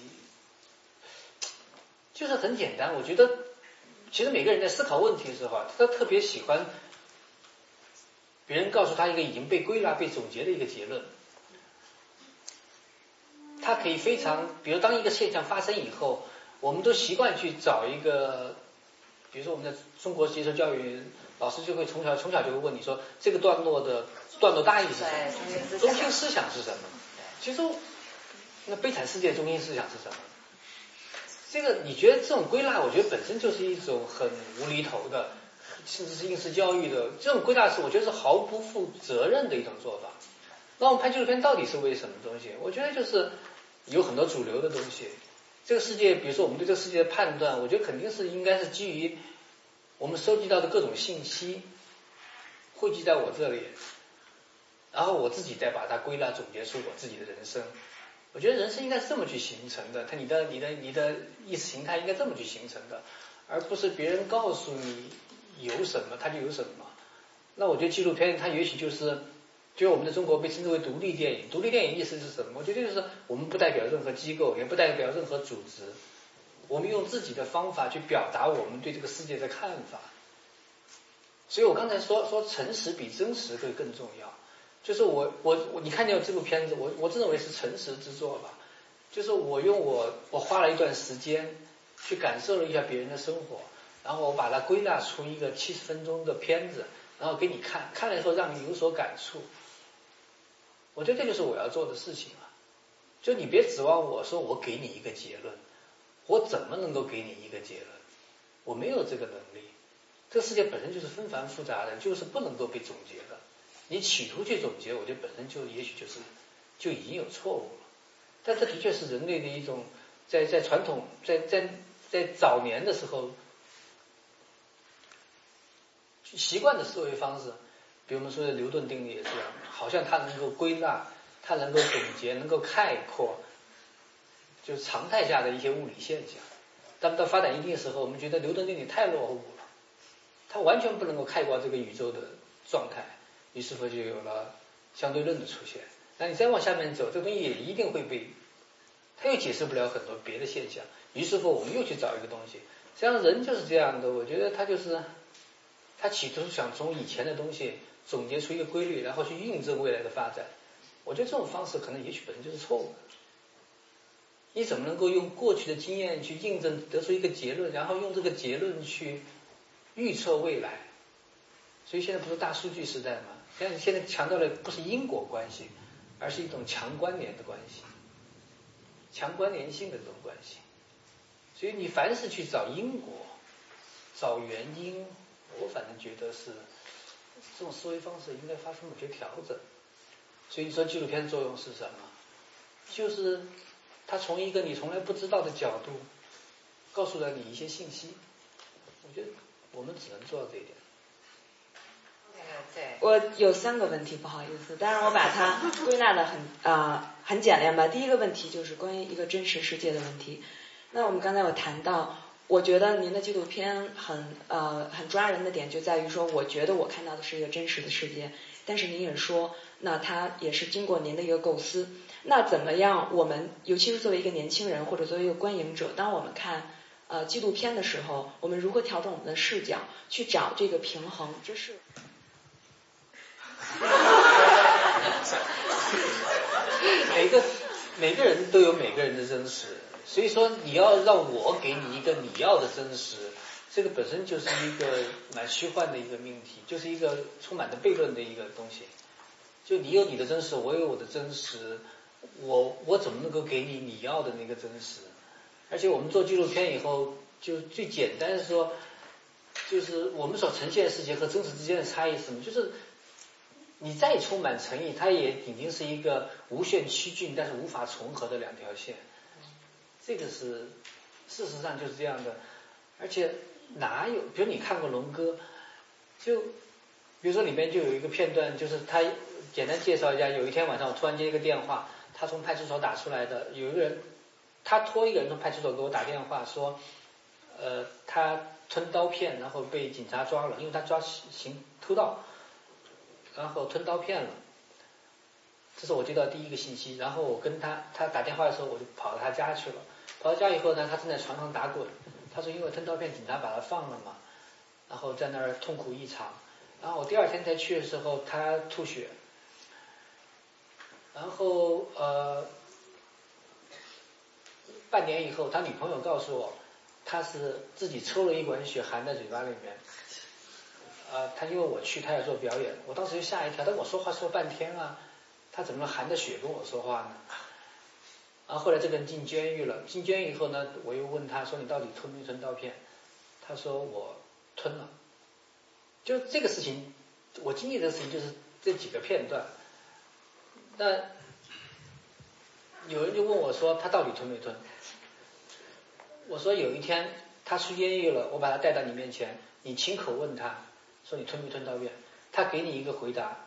就是很简单，我觉得其实每个人在思考问题的时候啊，他特别喜欢别人告诉他一个已经被归纳、被总结的一个结论。他可以非常，比如当一个现象发生以后，我们都习惯去找一个，比如说我们在中国接受教育，老师就会从小从小就会问你说，这个段落的段落大意是什么？中心思想是什么？其实那悲惨世界中心思想是什么？这个你觉得这种归纳，我觉得本身就是一种很无厘头的，甚至是应试教育的这种归纳是，我觉得是毫不负责任的一种做法。那我们拍纪录片到底是为什么东西？我觉得就是有很多主流的东西。这个世界，比如说我们对这个世界的判断，我觉得肯定是应该是基于我们收集到的各种信息，汇集在我这里，然后我自己再把它归纳总结出我自己的人生。我觉得人生应该是这么去形成的，它你的你的你的意识形态应该这么去形成的，而不是别人告诉你有什么它就有什么。那我觉得纪录片它也许就是，就是我们的中国被称之为独立电影。独立电影意思是什么？我觉得就是我们不代表任何机构，也不代表任何组织，我们用自己的方法去表达我们对这个世界的看法。所以我刚才说说诚实比真实会更重要。就是我我我你看见这部片子，我我自认为是诚实之作吧。就是我用我我花了一段时间去感受了一下别人的生活，然后我把它归纳出一个七十分钟的片子，然后给你看，看了以后让你有所感触。我觉得这就是我要做的事情啊。就你别指望我说我给你一个结论，我怎么能够给你一个结论？我没有这个能力。这个世界本身就是纷繁复杂的，就是不能够被总结的。你企图去总结，我觉得本身就也许就是就已经有错误了。但这的确是人类的一种在在传统在在在早年的时候习惯的思维方式，比如我们说的牛顿定律也是这样，好像它能够归纳，它能够总结，能够概括，就是常态下的一些物理现象。但到发展一定的时候，我们觉得牛顿定律太落后了，它完全不能够概括这个宇宙的状态。于是乎就有了相对论的出现。那你再往下面走，这个东西也一定会被，它又解释不了很多别的现象。于是乎我们又去找一个东西。实际上人就是这样的，我觉得他就是他企图想从以前的东西总结出一个规律，然后去印证未来的发展。我觉得这种方式可能也许本身就是错误的。你怎么能够用过去的经验去印证得出一个结论，然后用这个结论去预测未来？所以现在不是大数据时代吗？现在现在强调的不是因果关系，而是一种强关联的关系，强关联性的这种关系。所以你凡是去找因果、找原因，我反正觉得是这种思维方式应该发生某些调整。所以你说纪录片的作用是什么？就是它从一个你从来不知道的角度告诉了你一些信息。我觉得我们只能做到这一点。 我有三个问题，不好意思，当然我把它归纳的很啊、呃、很简练吧。第一个问题就是关于一个真实世界的问题。那我们刚才有谈到，我觉得您的纪录片很呃很抓人的点就在于说，我觉得我看到的是一个真实的世界，但是您也说，那它也是经过您的一个构思。那怎么样，我们尤其是作为一个年轻人或者作为一个观影者，当我们看呃纪录片的时候，我们如何调整我们的视角，去找这个平衡，这是。 每个每个人都有每个人的真实，所以说你要让我给你一个你要的真实，这个本身就是一个蛮虚幻的一个命题，就是一个充满着悖论的一个东西。就你有你的真实，我有我的真实，我我怎么能够给你你要的那个真实？而且我们做纪录片以后，就最简单是说，就是我们所呈现的世界和真实之间的差异是什么？就是你再充满诚意，它也仅仅是一个无限趋近但是无法重合的两条线。这个是事实上就是这样的。而且哪有，比如你看过龙哥，就比如说里面就有一个片段，就是他简单介绍一下，有一天晚上我突然接一个电话，他从派出所打出来的，有一个人他托一个人从派出所给我打电话说，呃他吞刀片然后被警察抓了，因为他抓行偷盗，然后吞刀片了。这是我接到第一个信息。然后我跟他他打电话的时候，我就跑到他家去了。跑到家以后呢，他正在床上打滚，他说因为吞刀片警察把他放了嘛，然后在那儿痛苦异常。然后我第二天才去的时候，他吐血，然后呃半年以后，他女朋友告诉我，他是自己抽了一管血含在嘴巴里面。呃，他因为我去，他要做表演，我当时就吓一跳，但我说话说半天啊，他怎么能含着血跟我说话呢？然后后来这个人进监狱了，进监狱以后呢，我又问他说你到底吞没吞刀片？他说我吞了。就这个事情，我经历的事情就是这几个片段。那有人就问我说他到底吞没吞？我说有一天他出监狱了，我把他带到你面前，你亲口问他说你吞没吞刀片，他给你一个回答，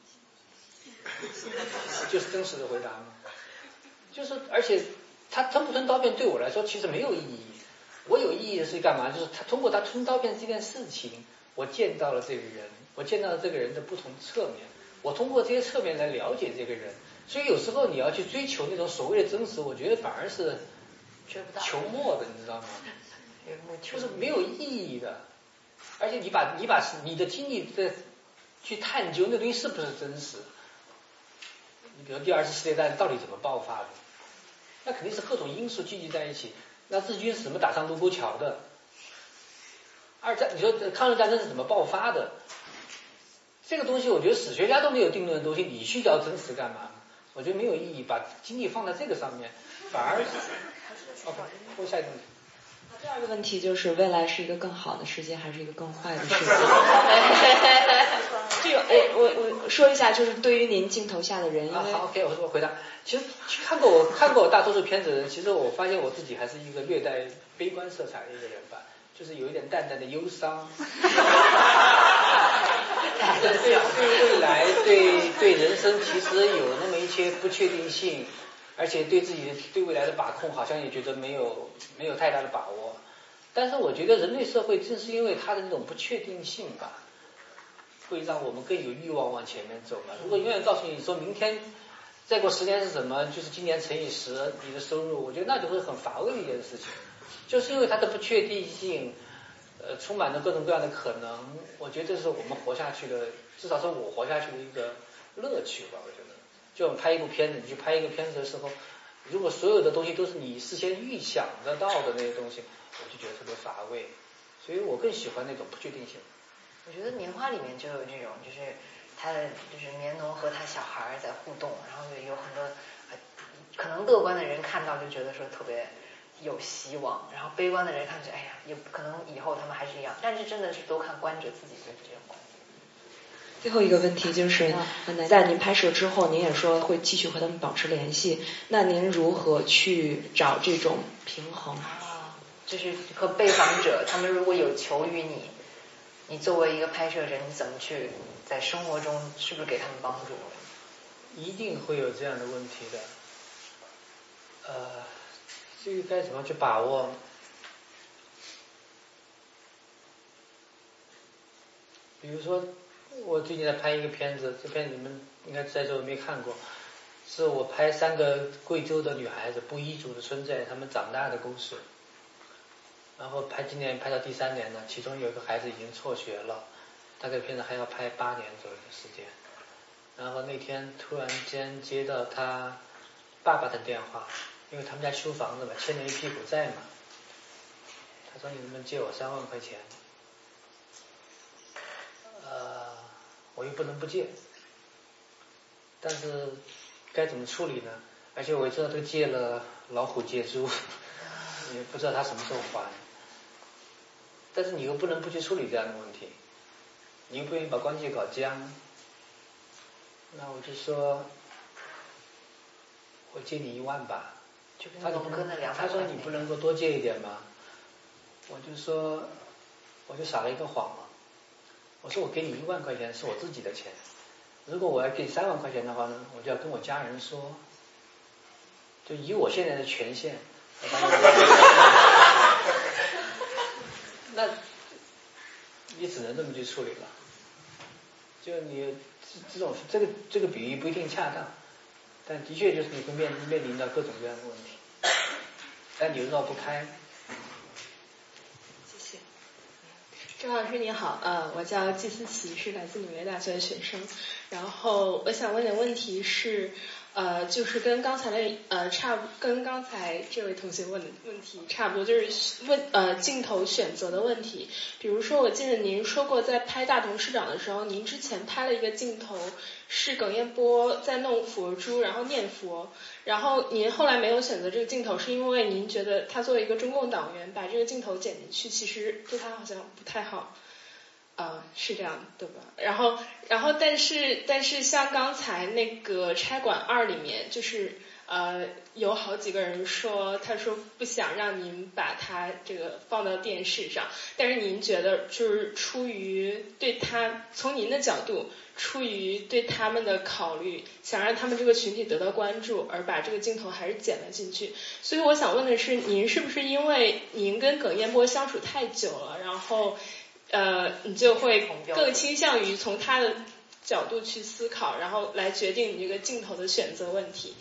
就是真实的回答吗？就是而且他吞不吞刀片对我来说其实没有意义，我有意义的是干嘛？就是他通过他吞刀片这件事情，我见到了这个人，我见到了这个人的不同侧面，我通过这些侧面来了解这个人。所以有时候你要去追求那种所谓的真实，我觉得反而是求末的，你知道吗？就是没有意义的。而且你把你把你的精力在去探究那东西是不是真实。你比如第二次世界大战到底怎么爆发的？那肯定是各种因素聚集在一起。那日军是怎么打上卢沟桥的？二战，你说抗日战争是怎么爆发的？这个东西我觉得史学家都没有定论的东西，你去找真实干嘛？我觉得没有意义，把精力放在这个上面，反而是。OK， 问下一个问题。 第二个问题就是未来是一个更好的世界还是一个更坏的世界？这个我我我说一下，就是对于您镜头下的人，因为、 啊、好 OK， 我我回答。其实看过我看过我大多数片子的人，其实我发现我自己还是一个略带悲观色彩的一个人吧，就是有一点淡淡的忧伤。对对未来对对人生其实有那么一些不确定性，而且对自己对未来的把控好像也觉得没有没有太大的把握。但是我觉得人类社会正是因为它的那种不确定性吧，会让我们更有欲望往前面走嘛。如果永远告诉你说明天再过十年是什么，就是今年乘以十你的收入，我觉得那就会很乏味的一件事情。就是因为它的不确定性，呃，充满着各种各样的可能，我觉得这是我们活下去的，至少是我活下去的一个乐趣吧。我觉得，就我们拍一部片子，你去拍一个片子的时候，如果所有的东西都是你事先预想得到的那些东西，我就觉得特别乏味。所以我更喜欢那种不确定性。 我觉得棉花里面就有这种，就是他的就是棉农和他小孩在互动，然后有很多、呃、可能乐观的人看到就觉得说特别有希望，然后悲观的人看着哎呀，也可能以后他们还是一样，但是真的是都看观者自己的这种观点。 最后一个问题就是，在您拍摄之后，您也说会继续和他们保持联系，那您如何去找这种平衡？ 啊，就是和被访者，他们如果有求于你，你作为一个拍摄者，你怎么去在生活中是不是给他们帮助？ 一定会有这样的问题的。呃，这个该怎么去把握？比如说，我最近在拍一个片子，这片子你们应该在座没看过，是我拍三个贵州的女孩子，布依族的村寨，她们长大的故事。 然后拍今年拍到第三年了，其中有一个孩子已经辍学了，大概片子还要拍八年左右的时间。然后那天突然间接到他爸爸的电话，因为他们家修房子嘛，欠了一屁股债嘛。他说你能不能借我三万块钱？呃，我又不能不借，但是该怎么处理呢？而且我知道都借了老虎借猪，也不知道他什么时候还。但是你又不能不去处理这样的问题，你又不愿意把关系搞僵，那我就说，我借你一万吧。 就跟他龙哥那两百他说你不能够多借一点吗？我就说，我就撒了一个谎嘛。我说我给你一万块钱是我自己的钱，如果我要给三万块钱的话呢，我就要跟我家人说，就以我现在的权限，那你只能这么去处理了。就你这种这个这个比喻不一定恰当，但的确就是你会面面临到各种各样的问题，但你又绕不开。 谢谢。 周老师你好，呃，我叫季思琪，是来自纽约大学的学生。然后我想问的问题是，呃，就是跟刚才的呃差不，跟刚才这位同学问的问题差不多，就是问呃镜头选择的问题。比如说，我记得您说过，在拍大同市长的时候，您之前拍了一个镜头是耿彦波在弄佛珠，然后念佛，然后您后来没有选择这个镜头，是因为您觉得他作为一个中共党员，把这个镜头剪进去，其实对他好像不太好。呃，是这样对吧？然后，然后，但是，但是像刚才那个差馆二里面，就是呃，有好几个人说，他说不想让您把他这个放到电视上，但是您觉得就是出于对他，从您的角度，出于对他们的考虑，想让他们这个群体得到关注，而把这个镜头还是剪了进去。所以我想问的是，您是不是因为您跟耿彦波相处太久了，然后？呃，你就会更倾向于从他的角度去思考，然后来决定你这个镜头的选择问题。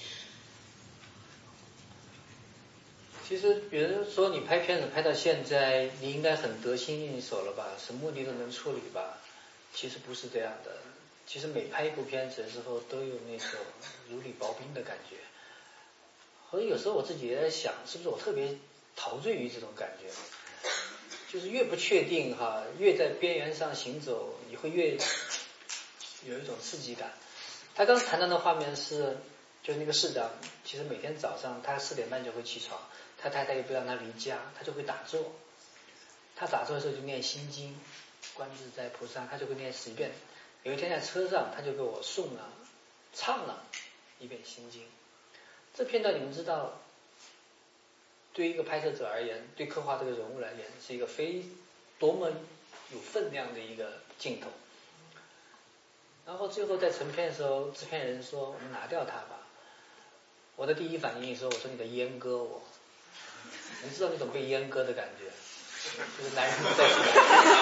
其实，比如说你拍片子拍到现在，你应该很得心应手了吧？什么问题都能处理吧？其实不是这样的。其实每拍一部片子的时候，都有那种如履薄冰的感觉。所以有时候我自己也在想，是不是我特别陶醉于这种感觉？就是越不确定哈，越在边缘上行走，你会越有一种刺激感。他刚谈到的画面是，就是那个市长，其实每天早上他四点半就会起床，他太太也不让他离家，他就会打坐。他打坐的时候就念心经，观自在菩萨，他就会念十遍。有一天在车上，他就给我诵了、唱了一遍心经。这片段你们知道？对于一个拍摄者而言，对刻画这个人物来言，是一个非多么有分量的一个镜头。然后最后在成片的时候，制片人说我们拿掉它吧。我的第一反应说，我说你在阉割我。你知道那种被阉割的感觉，就是男人不再是。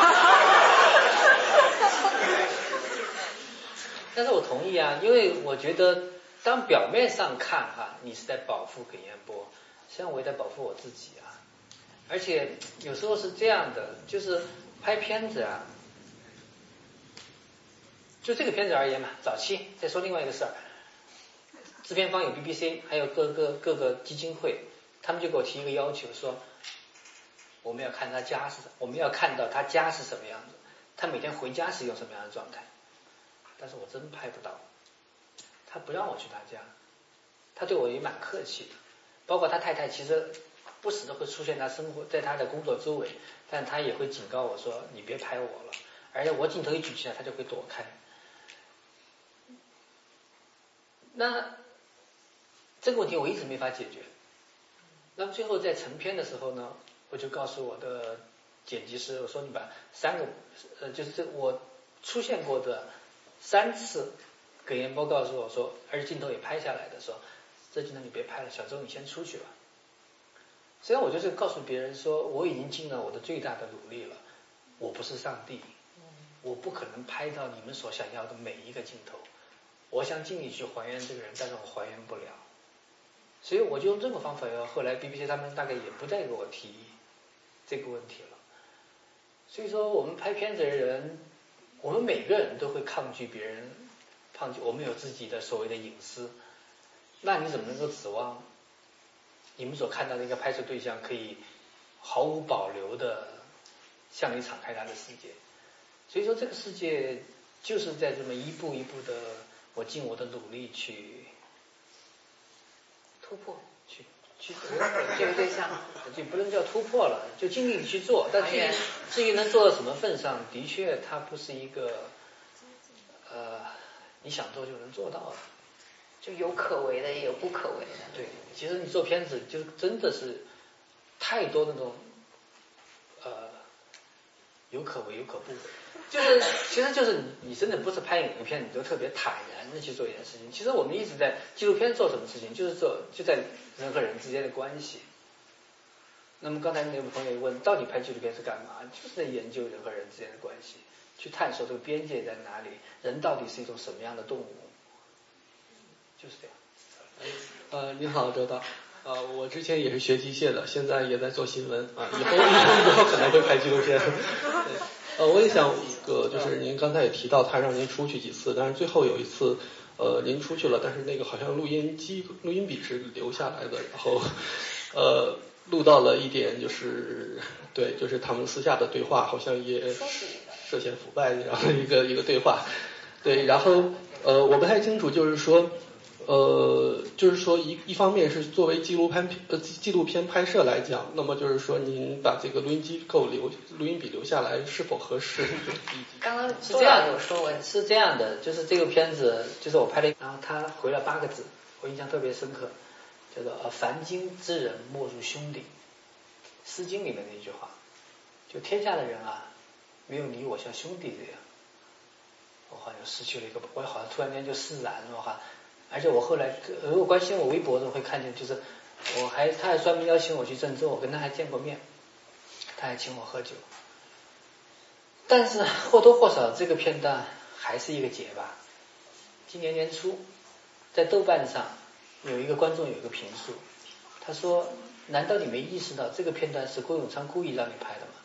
但是我同意啊，因为我觉得当表面上看哈，你是在保护耿彦波。实际上我也在保护我自己啊，而且有时候是这样的，就是拍片子啊，就这个片子而言嘛，早期再说另外一个事儿，制片方有 B B C， 还有各个各个基金会，他们就给我提一个要求，说我们要看他家是，我们要看到他家是什么样子，他每天回家是用什么样的状态，但是我真拍不到，他不让我去他家，他对我也蛮客气的。包括他太太其实不时的会出现他生活在他的工作周围，但他也会警告我说你别拍我了，而且我镜头一举起来他就会躲开。那这个问题我一直没法解决。那么最后在成片的时候呢，我就告诉我的剪辑师，我说你把三个呃就是这我出现过的三次，耿彦波告诉我说，而且镜头也拍下来的说，这镜头你别拍了，小周你先出去吧。实际上我就是告诉别人说，我已经尽了我的最大的努力了，我不是上帝，我不可能拍到你们所想要的每一个镜头，我想尽力去还原这个人，但是我还原不了，所以我就用这个方法。后来 B B C 他们大概也不再给我提这个问题了。所以说我们拍片子的人，我们每个人都会抗拒别人，抗拒我们有自己的所谓的隐私，那你怎么能够指望你们所看到的一个拍摄对象可以毫无保留的向你敞开他的世界？所以说这个世界就是在这么一步一步的，我尽我的努力去突破， 去去这个对象， 就不能叫突破了，就尽力去做。但至于至于能做到什么份上，的确它不是一个呃你想做就能做到的， 就有可为的，也有不可为的。 对，其实你做片子就真的是太多那种呃有可为有可不为，就是其实就是你你真的不是拍影片，你就特别坦然的去做一件事情。其实我们一直在纪录片做什么事情，就是做就在人和人之间的关系。那么刚才那位朋友问，到底拍纪录片是干嘛？就是在研究人和人之间的关系，去探索这个边界在哪里，人到底是一种什么样的动物，就是这样。 呃，您好，周导。呃，我之前也是学机械的，现在也在做新闻啊，以后以后可能会拍纪录片。呃，我也想一个，就是您刚才也提到他让您出去几次，但是最后有一次，呃，您出去了，但是那个好像录音机、录音笔是留下来的，然后呃，录到了一点，就是对，就是他们私下的对话，好像也涉嫌腐败这样的一个一个对话。对，然后呃，我不太清楚，就是说。呃，就是说一一方面是作为纪录片呃纪录片拍摄来讲，那么就是说您把这个录音机构留录音笔留下来是否合适？ 刚刚是这样有说文是这样的，就是这个片子就是我拍的，然后他回了八个字，我印象特别深刻，叫做“凡今之人莫如兄弟”，《诗经》里面的一句话，就天下的人啊，没有你我像兄弟这样。我好像失去了一个，我好像突然间就释然了哈。而且我后来如果关心我微博的会看见，就是我还他还专门邀请我去郑州，我跟他还见过面，他还请我喝酒。但是或多或少这个片段还是一个结吧。今年年初在豆瓣上有一个观众有一个评述，他说：“难道你没意识到这个片段是郭永昌故意让你拍的吗？”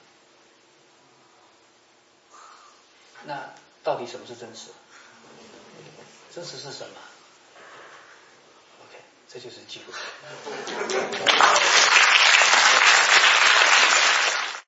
那到底什么是真实？真实是什么？这就是纪录片。